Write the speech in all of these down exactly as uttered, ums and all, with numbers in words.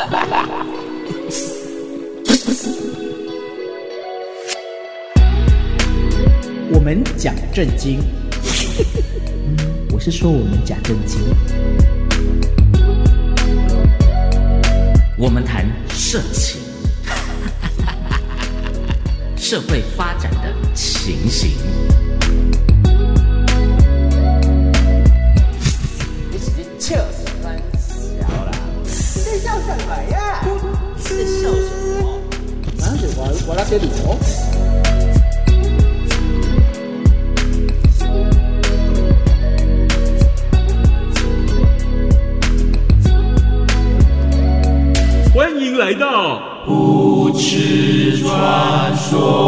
我们讲正经，嗯，我是说我们讲正经。 我们谈社情，社会发展的情形。 你是笑三小啦？你笑什么呀？你在笑什么？那是我我那给你哦。 欢迎来到不耻传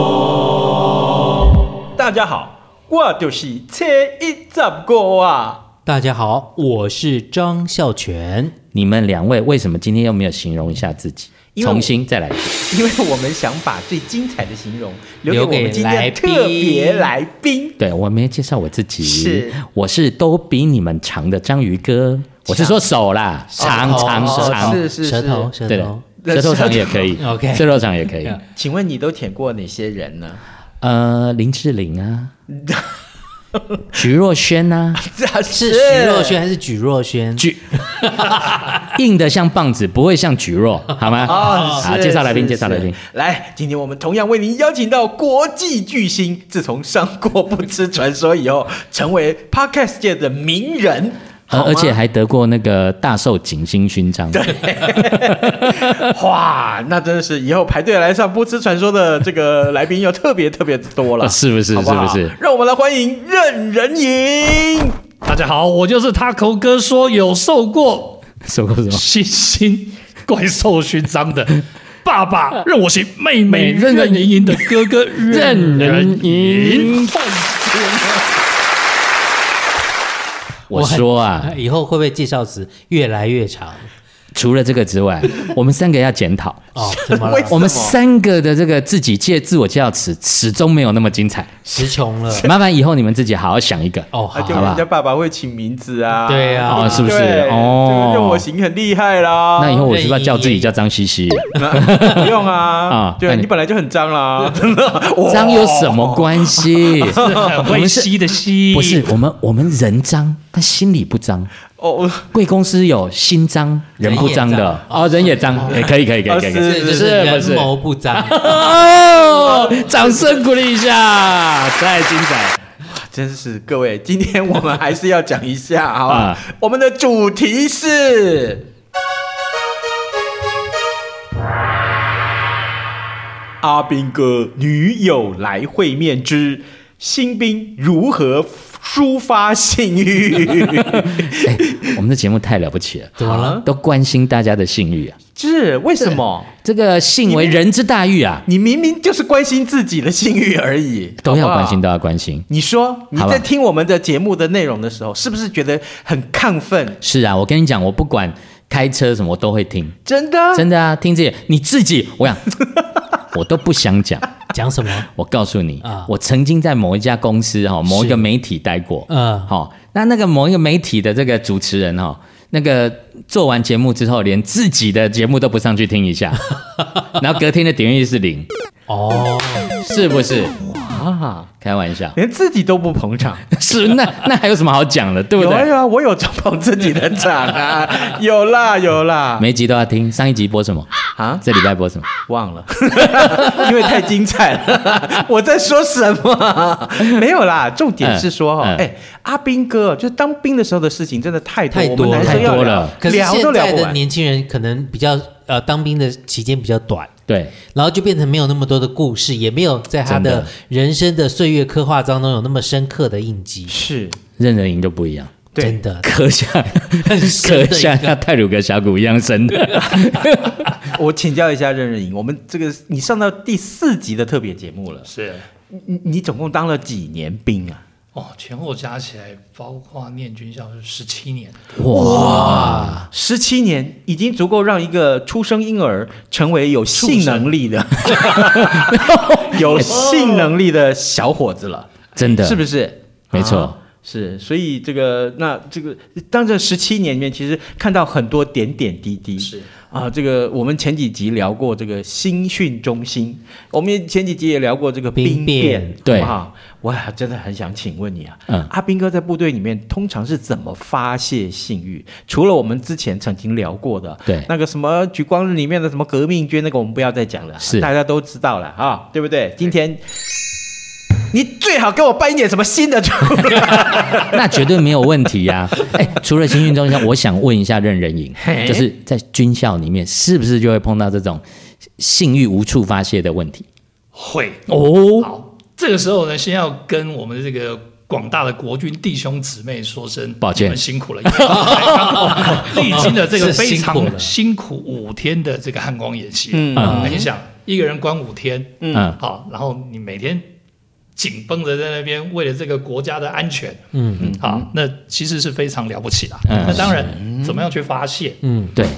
说。 大家好，我就是车一十五啊。 大家好，我是张孝全。 你们两位为什么今天又没有形容一下自己？重新再来一次， 因为我们想把最精彩的形容留给我们今天特别来宾。 对，我没介绍我自己， 是我是都比你们长的章鱼哥。我是说手啦，长长长， 是是是， 舌头舌头舌头长也可以 ，OK， 舌头长也可以。 请问你都舔过哪些人呢？ 呃，林志玲啊，徐若瑄啊， 是徐若瑄还是举若瑄？ 举硬的像棒子，不会像举若，好吗？ 哦， 好，介绍来宾，介绍来宾。 来，今天我们同样为您邀请到国际巨星，自从上过不吃传说以后，成为 Podcast 界的名人。 呃、而且还得过那个大寿锦星勋章。 对，哇，那真的是以后排队来上不吃传说的这个来宾要特别特别多了， 哦、是不是？ 好不好？ 是不是？ 让我们来欢迎任人赢。 大家好，我就是他口哥说有受过受过什么新星怪兽勋章的爸爸任我行，妹妹任人赢的哥哥任人赢。 我说啊， 以后会不会介绍词越来越长？ 除了这个之外，我们三个要检讨哦，怎么了？ 我们三个的这个自己介自我介绍词始终没有那么精彩， 词穷了。 麻烦以后你们自己好好想一个哦，好， 就人家爸爸会起名字啊， 对啊， 哦，是不是？哦， 任我行很厉害啦。 那以后我是不是要叫自己叫张西西？ 不用啊， 啊， 对，你本来就很脏啦， 脏有什么关系？ 很会吸的吸， 不是我们我们人脏，但心里不脏。哦，贵公司有心脏人不脏的哦，人也脏，可以可以可以可以可以， 是就是人谋不脏。 哦，掌声鼓励一下，太精彩！ 真是各位，今天我们还是要讲一下，好吧？啊、我们的主题是阿兵哥女友来会面之新兵如何抒发性欲。 欸、我们的节目太了不起了， 怎么了？ 都关心大家的性欲啊！ 是为什么？ 这个性为人之大欲啊！ 你明明就是关心自己的性欲而已， 都要关心，都要关心。 你说你在听我们的节目的内容的时候，是不是觉得很亢奋？ 是啊，我跟你讲，我不管开车什么，我都会听。 真的， 真的啊！听这些，你自己，我想，我都不想讲。 讲什么？ 我告诉你、 啊、 我曾经在某一家公司哈，某一个媒体待过。嗯，好、哦，那那个某一个媒体的这个主持人哈、哦，那个做完节目之后，连自己的节目都不上去听一下，然后隔天的点阅率是零。哦，是不是？啊，开玩笑， 连自己都不捧场， 是那那还有什么好讲的，对不对？ 有啊有啊，我有捧自己的场啊，有啦有啦， 每一集都要听。上一集播什么啊？这礼拜播什么？ 忘了，因为太精彩了。我在说什么？没有啦，重点是说哈，哎、嗯欸，阿兵哥，就当兵的时候的事情真的太多， 太多我们男生要聊，了可是现在的年轻人可能比较呃，当兵的期间比较短。 对， 然后就变成没有那么多的故事，也没有在他的人生的岁月刻画当中有那么深刻的印记。 是， 任人赢就不一样， 真的刻下刻下像太鲁阁峡谷一样深的。 我请教一下任人赢，我们这个你上到第四集的特别节目了， 是你你总共当了几年兵啊？ 哦，前后加起来，包括念军校是十七年。 哇，十七年已经足够让一个出生婴儿成为有性能力的、有性能力的小伙子了， 真的是不是？ 没错。 啊是，所以这个那这个当这十七年里面，其实看到很多点点滴滴。 是啊，这个我们前几集聊过这个新训中心，我们前几集也聊过这个兵变， 对啊，我真的很想请问你啊，嗯，阿兵哥在部队里面通常是怎么发泄性欲？除了我们之前曾经聊过的， 对， 那个什么举光日里面的什么革命军，那个我们不要再讲了， 是大家都知道了啊，对不对？今天。你最好给我搬一点什么新的出来， 那绝对没有问题呀、啊。哎，除了新训中心，我想问一下任人营，就是在军校里面，是不是就会碰到这种性欲无处发泄的问题？ 会哦。 好，这个时候呢，先要跟我们的这个广大的国军弟兄姊妹说声抱歉， 你们辛苦了，历经了这个非常辛苦五天的这个汉光演习。嗯，嗯你想一个人关五天，嗯，好，然后你每天。紧绷着在那边，为了这个国家的安全，嗯嗯，好，那其实是非常了不起啦。嗯、那当然，怎么样去发泄？嗯， 对，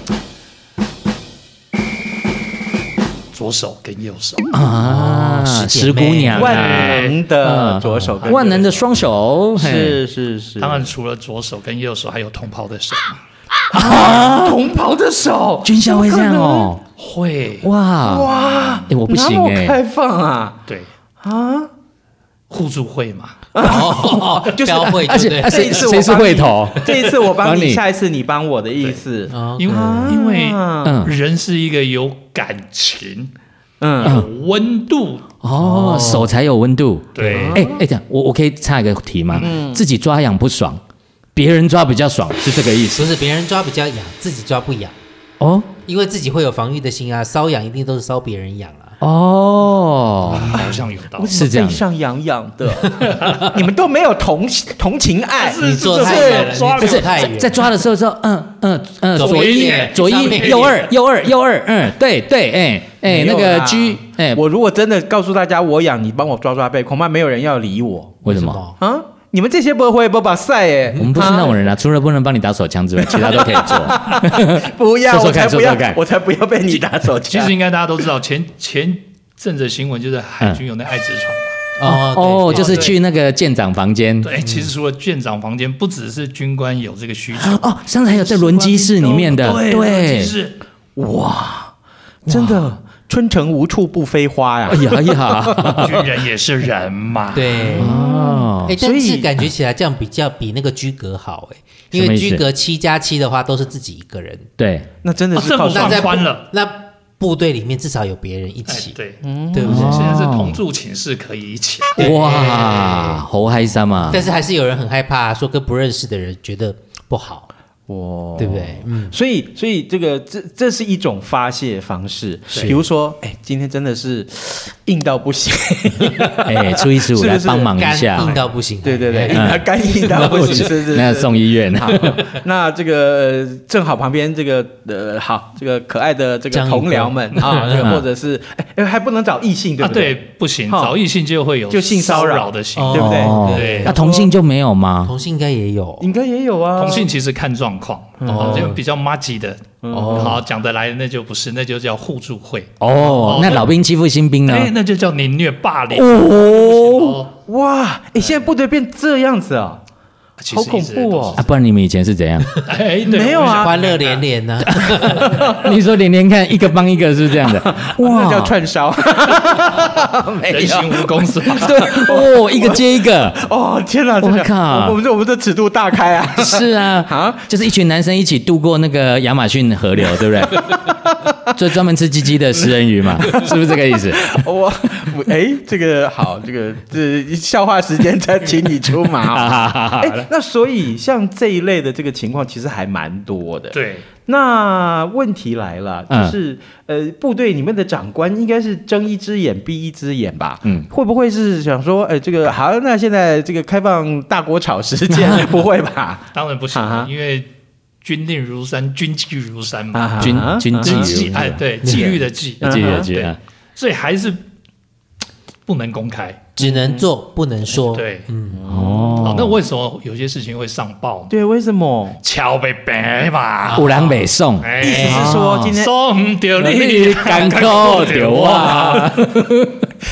左手跟右手啊，石姑娘、啊， 万能的左手跟右手， 万能的双手， 是是是。 当然，除了左手跟右手，还有同袍的手啊，同袍的手， 军校会这样哦， 会哇哇， 哎，我不行哎， 开放啊， 对啊。 互助会嘛， 哦，就是会， 而且这一次谁是会头？ 这一次我帮你，下一次你帮我的意思。 因为因为人是一个有感情、嗯，有温度哦，手才有温度。 对， 哎哎，这样我我可以插一个题吗？自己抓痒不爽，别人抓比较爽，是这个意思？ 不是，别人抓比较痒，自己抓不痒哦，因为自己会有防御的心啊，瘙痒一定都是瘙别人痒啊。 哦， 好像有道理， 是这样，背上痒痒的，你们都没有同同情爱， 你做太远了， 不是在抓的时候说，嗯嗯嗯，左一左一右二右二右二，嗯，对对，哎哎，那个 G， 哎， 我如果真的告诉大家我痒，你帮我抓抓背，恐怕没有人要理我， 为什么啊？你们这些不会不把赛哎， 我们不是那种人啊，除了不能帮你打手枪之外，其他都可以做。 不要，我才不要，我才不要被你打手枪。 其实应该大家都知道，前前阵子新闻就是海军有那艾滋船嘛。哦哦，就是去那个舰长房间。 对，其实除了舰长房间，不只是军官有这个需求哦，甚至还有在轮机室里面的。 对，轮机室哇，真的。春城无处不飞花呀！ 哎呀呀， 军人也是人嘛。 对哦，哎，但是感觉起来这样比较比那个居隔好哎，因为居隔七加七的话都是自己一个人。 对， 那真的是靠上宽了。 那部队里面至少有别人一起， 对， 对不对？ 现在是同住寝室可以一起。 哇，好嗨森嘛！ 但是还是有人很害怕，说跟不认识的人觉得不好。 哇， 对不对？嗯， 所以所以这个这这是一种发泄方式，比如说，哎，今天真的是硬到不行， 哎，初一十五来帮忙一下， 硬到不行， 对对对，干硬到不行，是是， 那送医院。 好，那这个正好旁边这个呃，好，这个可爱的这个同僚们啊，或者是哎还不能找异性，对不对？ 对，不行，找异性就会有就性骚扰的行为， 对不对？ 对， 那同性就没有吗？ 同性应该也有， 应该也有啊。 同性其实看状况。哦，就比较麻吉的，哦，好讲得来，那就不是，那就叫互助会。 哦，那老兵欺负新兵呢？ 哎，那就叫凌虐霸凌。 哦，哇，哎，现在部队变这样子啊，好恐怖哦！ 啊，不然你们以前是怎样？ 哎， 没有啊， 欢乐连连呢。 你说连连看，一个帮一个是这样的， 哇，叫串烧。 人形蜈蚣是吧？ 对，哦，一个接一个， 哦，天哪！ 我靠， 我们这我们这尺度大开啊！ 是啊，啊，就是一群男生一起渡过那个亚马逊河流，对不对？就专门吃鸡鸡的食人鱼嘛，是不是这个意思？ 我，哎，这个好，这个这笑话时间再请你出马。哎，那所以像这一类的这个情况，其实还蛮多的。 对。 那问题来了，就是、嗯、呃，部队里面的长官应该是睁一只眼闭一只眼吧？嗯，会不会是想说，哎、呃，这个好，那现在这个开放大锅炒时间，不会吧？ 当然不行，啊、因为军令如山，军纪如山嘛， 啊、军军纪哎，对，纪律的纪， 纪律的纪， 所以还是不能公开。 只能做不能说， 对，嗯，哦，那为什么有些事情会上报？ 对，为什么？ 敲被白嘛， 有人没送， 意思是说今天送掉你， 干口掉啊！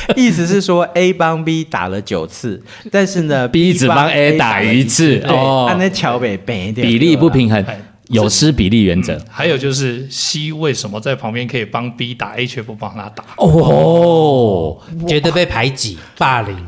意思是说 A 帮 B 打了九次，但是呢 B 只帮 A 打一次， 哦，按那桥北北比例不平衡，有失比例原则。 嗯、还有就是 C 为什么在旁边可以帮 B 打 A 却不帮他打？ 哦， 觉得被排挤、霸凌。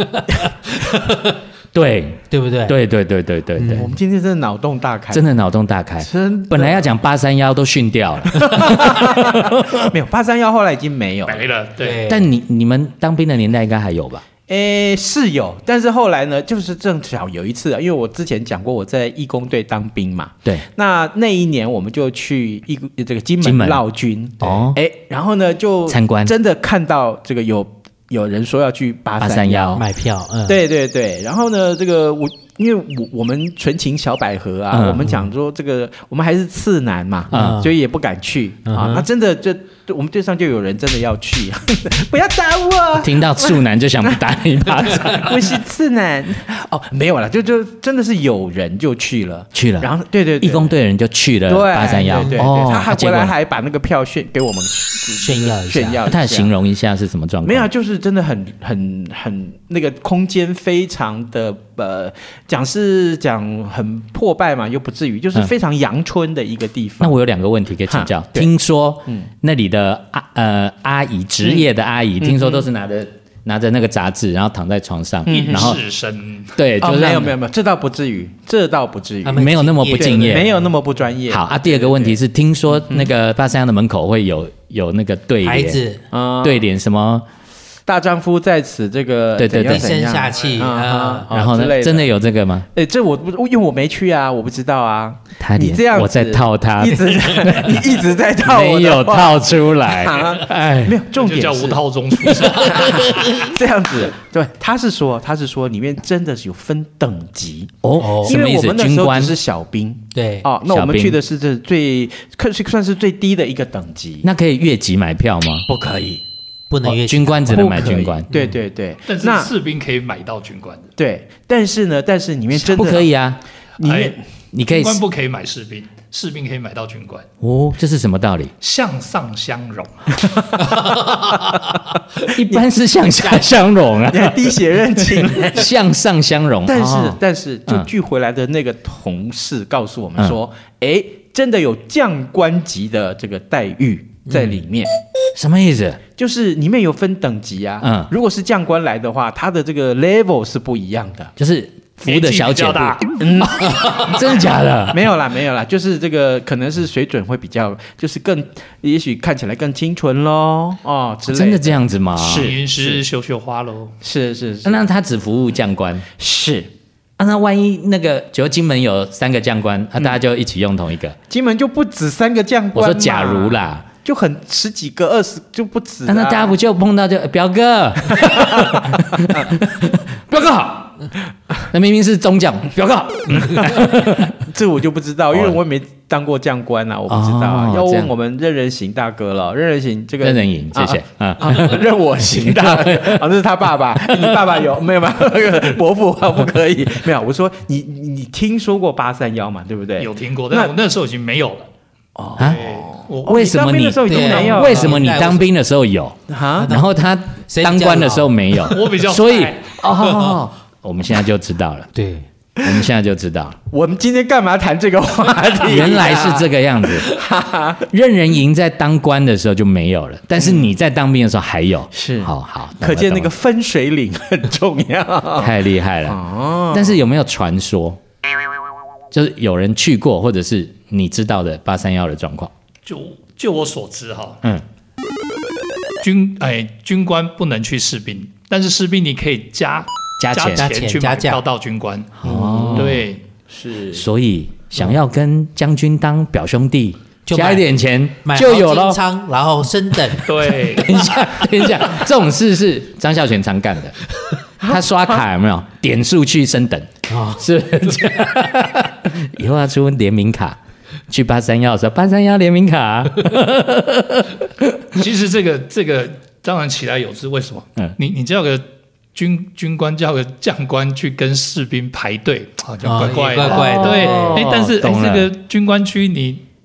对对不对？ 对对对对对对、 嗯，我们今天真的脑洞大开， 真的脑洞大开。 真本来要讲八三一都训掉了， 没有八三一后来已经没有没了。对， 但你你们当兵的年代应该还有吧？ 诶，是有，但是后来呢，就是正巧有一次，因为我之前讲过我在义工队当兵嘛， 对， 那那一年我们就去义这个金门绕军哦，哎，然后呢就参观， 真的看到这个有。有人说要去八三一买票，嗯， 对对对，然后呢，这个我因为我我们纯情小百合啊，嗯、我们讲说这个我们还是次男嘛，嗯、所以也不敢去、嗯、啊。那真的就我们队上就有人真的要去，不要打我！ 听到处男就想打你一巴掌， 我是次男哦，没有啦，就就真的是有人就去了， 去了， 然后对对对， 义工队的人就去了八三一， 对对对， 哦， 他还回来还把那个票炫给我们炫耀一下， 炫耀一下。 他形容一下是什么状况？ 没有，就是真的很很很那个空间非常的呃，讲是讲很破败嘛，又不至于，就是非常阳春的一个地方。 那我有两个问题可以请教，听说那里的阿呃阿姨职业的阿姨，听说都是拿着。拿着那个杂志，然后躺在床上， 嗯、 然后哦、 对，就是没有没有没有，这倒不至于，这倒不至于， 没有那么不敬业， 没有那么不专业。 好啊，第二个问题是，听说那个八三一的门口会有有那个对联， 牌子， 嗯、对联什么？ 大丈夫在此，这个对对对， 低声下气啊， 然后呢，真的有这个吗？ 哎，这我不，因为我没去啊，我不知道啊。 他你这样， 我在套他， 一直你一直在套我， 没有套出来。 哎，没有，重点就叫无套中出生。 这样子，对，他是说，他是说里面真的是有分等级哦， 因为我们那时候只是小兵， 对， 哦，那我们去的是这最，算是最低的一个等级。 那可以越级买票吗？ 不可以。 不能越、哦、 军官只能买军官， 对对对， 但是士兵可以买到军官的。 对，但是呢，但是里面真的不可以啊， 里面、哎、 你可以， 军官不可以买士兵，士兵可以买到军官。 哦，这是什么道理？ 向上相容， 一般是向下相容啊， 滴血认亲， 向上相容。 但是、哦、但是，就据回来的那个同事告诉我们说，哎、嗯，真的有将官级的这个待遇。在里面、嗯、 什么意思？ 就是里面有分等级啊。嗯，如果是将官来的话，他的这个 level 是不一样的， 就是服务的小姐大。 嗯，真的假的？ 没有啦，没有啦，就是这个可能是水准会比较，就是更，也许看起来更清纯咯。哦，之类的。 真的这样子吗？ 是是绣绣花咯。 是是是。 那他只服务将官？ 是。 啊，那万一那个，比如金门有三个将官，啊，大家就一起用同一个。 嗯、金门就不止三个将官。 我说假如啦。 就很十几个、二十就不止、啊。 那大家不就碰到就表哥，表哥好，那明明是中将，表哥好。 这我就不知道，因为我也没当过将官啊，我不知道啊。哦、要问我们任人行大哥了，任人行这个任人行，谢谢。 啊，啊啊任我行大哥，啊，这是他爸爸，你爸爸有没有吗？那个伯父啊，不可以，没有。我说你你听说过八三一嘛，对不对？ 有听过，但我那时候已经没有了。 哦， 我为什么你为什么你当兵的时候有啊？然后他当官的时候没有？ 我比较所以哦，我们现在就知道了。 对， 我们现在就知道了。 我们今天干嘛谈这个话题？ 原来是这个样子。任人营在当官的时候就没有了，但是你在当兵的时候还有。 是， 好好， 可见那个分水岭很重要， 太厉害了。哦，但是有没有传说？就是有人去过，或者是你知道的八三一的状况？ 就就我所知哈，嗯，军哎军官不能去士兵，但是士兵你可以加加钱加钱去买票到军官。哦，对， 是， 所以想要跟将军当表兄弟，加一点钱就有了， 然后升等。 对， 等一下，等一下，这种事是张孝全常干的。他刷卡有没有点数去升等？哦，是这样。以后要出联名卡，去八三一的时候，八三一联名卡。 其实这个这个当然起来有之，为什么？嗯，你你叫个军军官叫个将官去跟士兵排队，好像怪怪的， 怪怪的。 对，哎，但是哎这个军官区你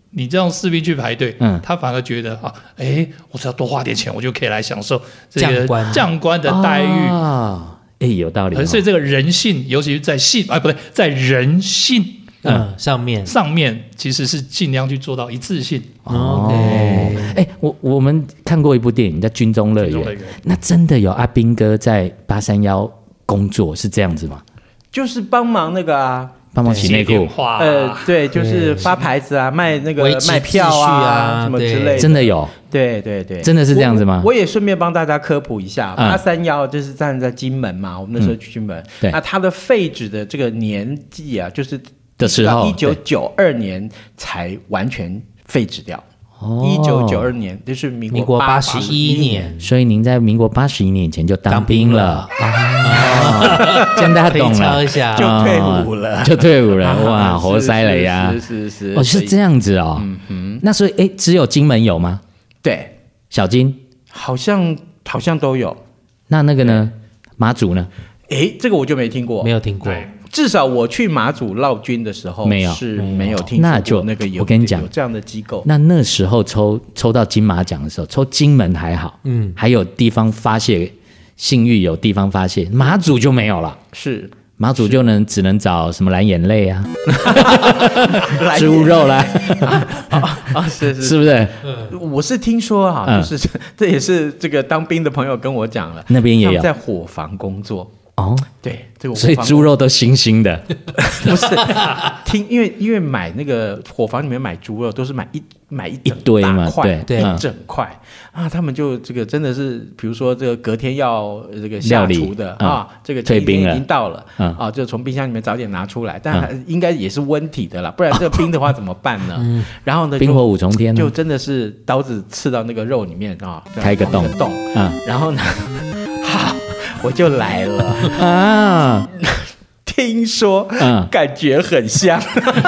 你这样士兵去排队，嗯，他反而觉得啊，哎，我只要多花点钱，我就可以来享受这个将官的待遇啊，哎，有道理、哦。 所以这个人性，尤其是在性，哎，不对，在人性。 嗯，上面上面其实是尽量去做到一致性。 哦，哎，我我们看过一部电影叫《军中乐园》，那真的有阿兵哥在八三一工作是这样子吗？ 就是帮忙那个啊， 帮忙洗内裤， 呃，对，就是发牌子啊，卖那个卖票啊，什么之类的， 真的有。 对对对， 真的是这样子吗？ 我, 我也顺便帮大家科普一下，八三一就是站在金门嘛，我们那时候去金门，嗯、那它的废止的这个年纪啊，就是。 的时候， 一九九二年才完全废止掉。一九九二年就是民国八十一年， 所以您在民国八十一年以前就当兵了，这样大家懂了， 就退伍了， 就退伍了，哇，活塞了呀！ 是是是， 哦，是这样子哦。嗯哼，那所以哎，只有金门有吗？ 对， 小金好像好像都有。 那那个呢？马祖呢？ 哎，这个我就没听过， 没有听过。 至少我去马祖绕军的时候， 没有是没有听说过那个有。 我跟你讲， 有这样的机构。 那那时候抽抽到金马奖的时候，抽金门还好，嗯，还有地方发泄，性欲有地方发泄，马祖就没有了。 是。 马祖就能只能找什么蓝眼泪啊，猪肉啦， 啊啊是是是不是？ 我是听说哈、啊，就是这也是这个当兵的朋友跟我讲了， 那边也有在伙房工作。哦，对，这个所以猪肉都新新的， 不是听，因为因为买那个伙房里面买猪肉都是买一买一一堆嘛，对对，一整块啊，他们就这个真的是，比如说这个隔天要这个下厨的啊，这个退兵已经到了啊，就从冰箱里面早点拿出来，但应该也是温体的啦，不然这个冰的话怎么办呢？然后呢， 冰火五重天， 就真的是刀子刺到那个肉里面啊， 开个洞洞，嗯，然后呢，好。我就来了啊！ 听说，嗯，感觉很香，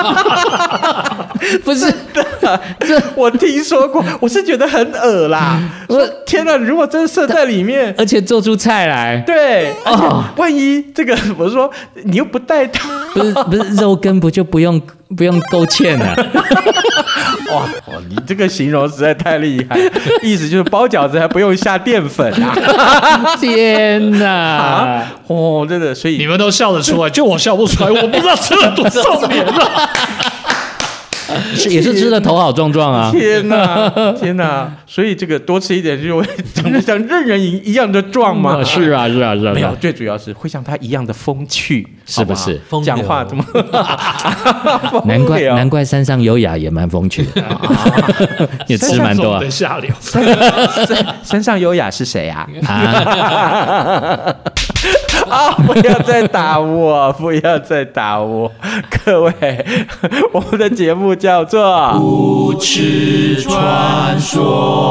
不是的，这我听说过，我是觉得很恶啦。我天哪，如果真的射在里面， 而且做出菜来， 对，哦，万一这个我说你又不带它， 不是不是肉羹不就不用不用勾芡了？ 哇，你这个形容实在太厉害，意思就是包饺子还不用下淀粉啊！ 天哪， 啊、哦，真的，所以你们都笑得出来，就我笑不出来，我不知道吃了多少年了。 也是吃的头好壮壮啊！ 天哪，天哪！所以这个多吃一点就会长得像任人一样的壮吗？ 嗯、是啊，是啊，是啊。 没有，最主要是会像他一样的风趣， 是不是？ 讲话怎么？ 难怪难怪山上优雅也蛮风趣的，也吃蛮多啊。 下流。 山上优雅是谁啊？啊！啊！不要再打我！不要再打我！各位，我们的节目叫做《 无耻传说》。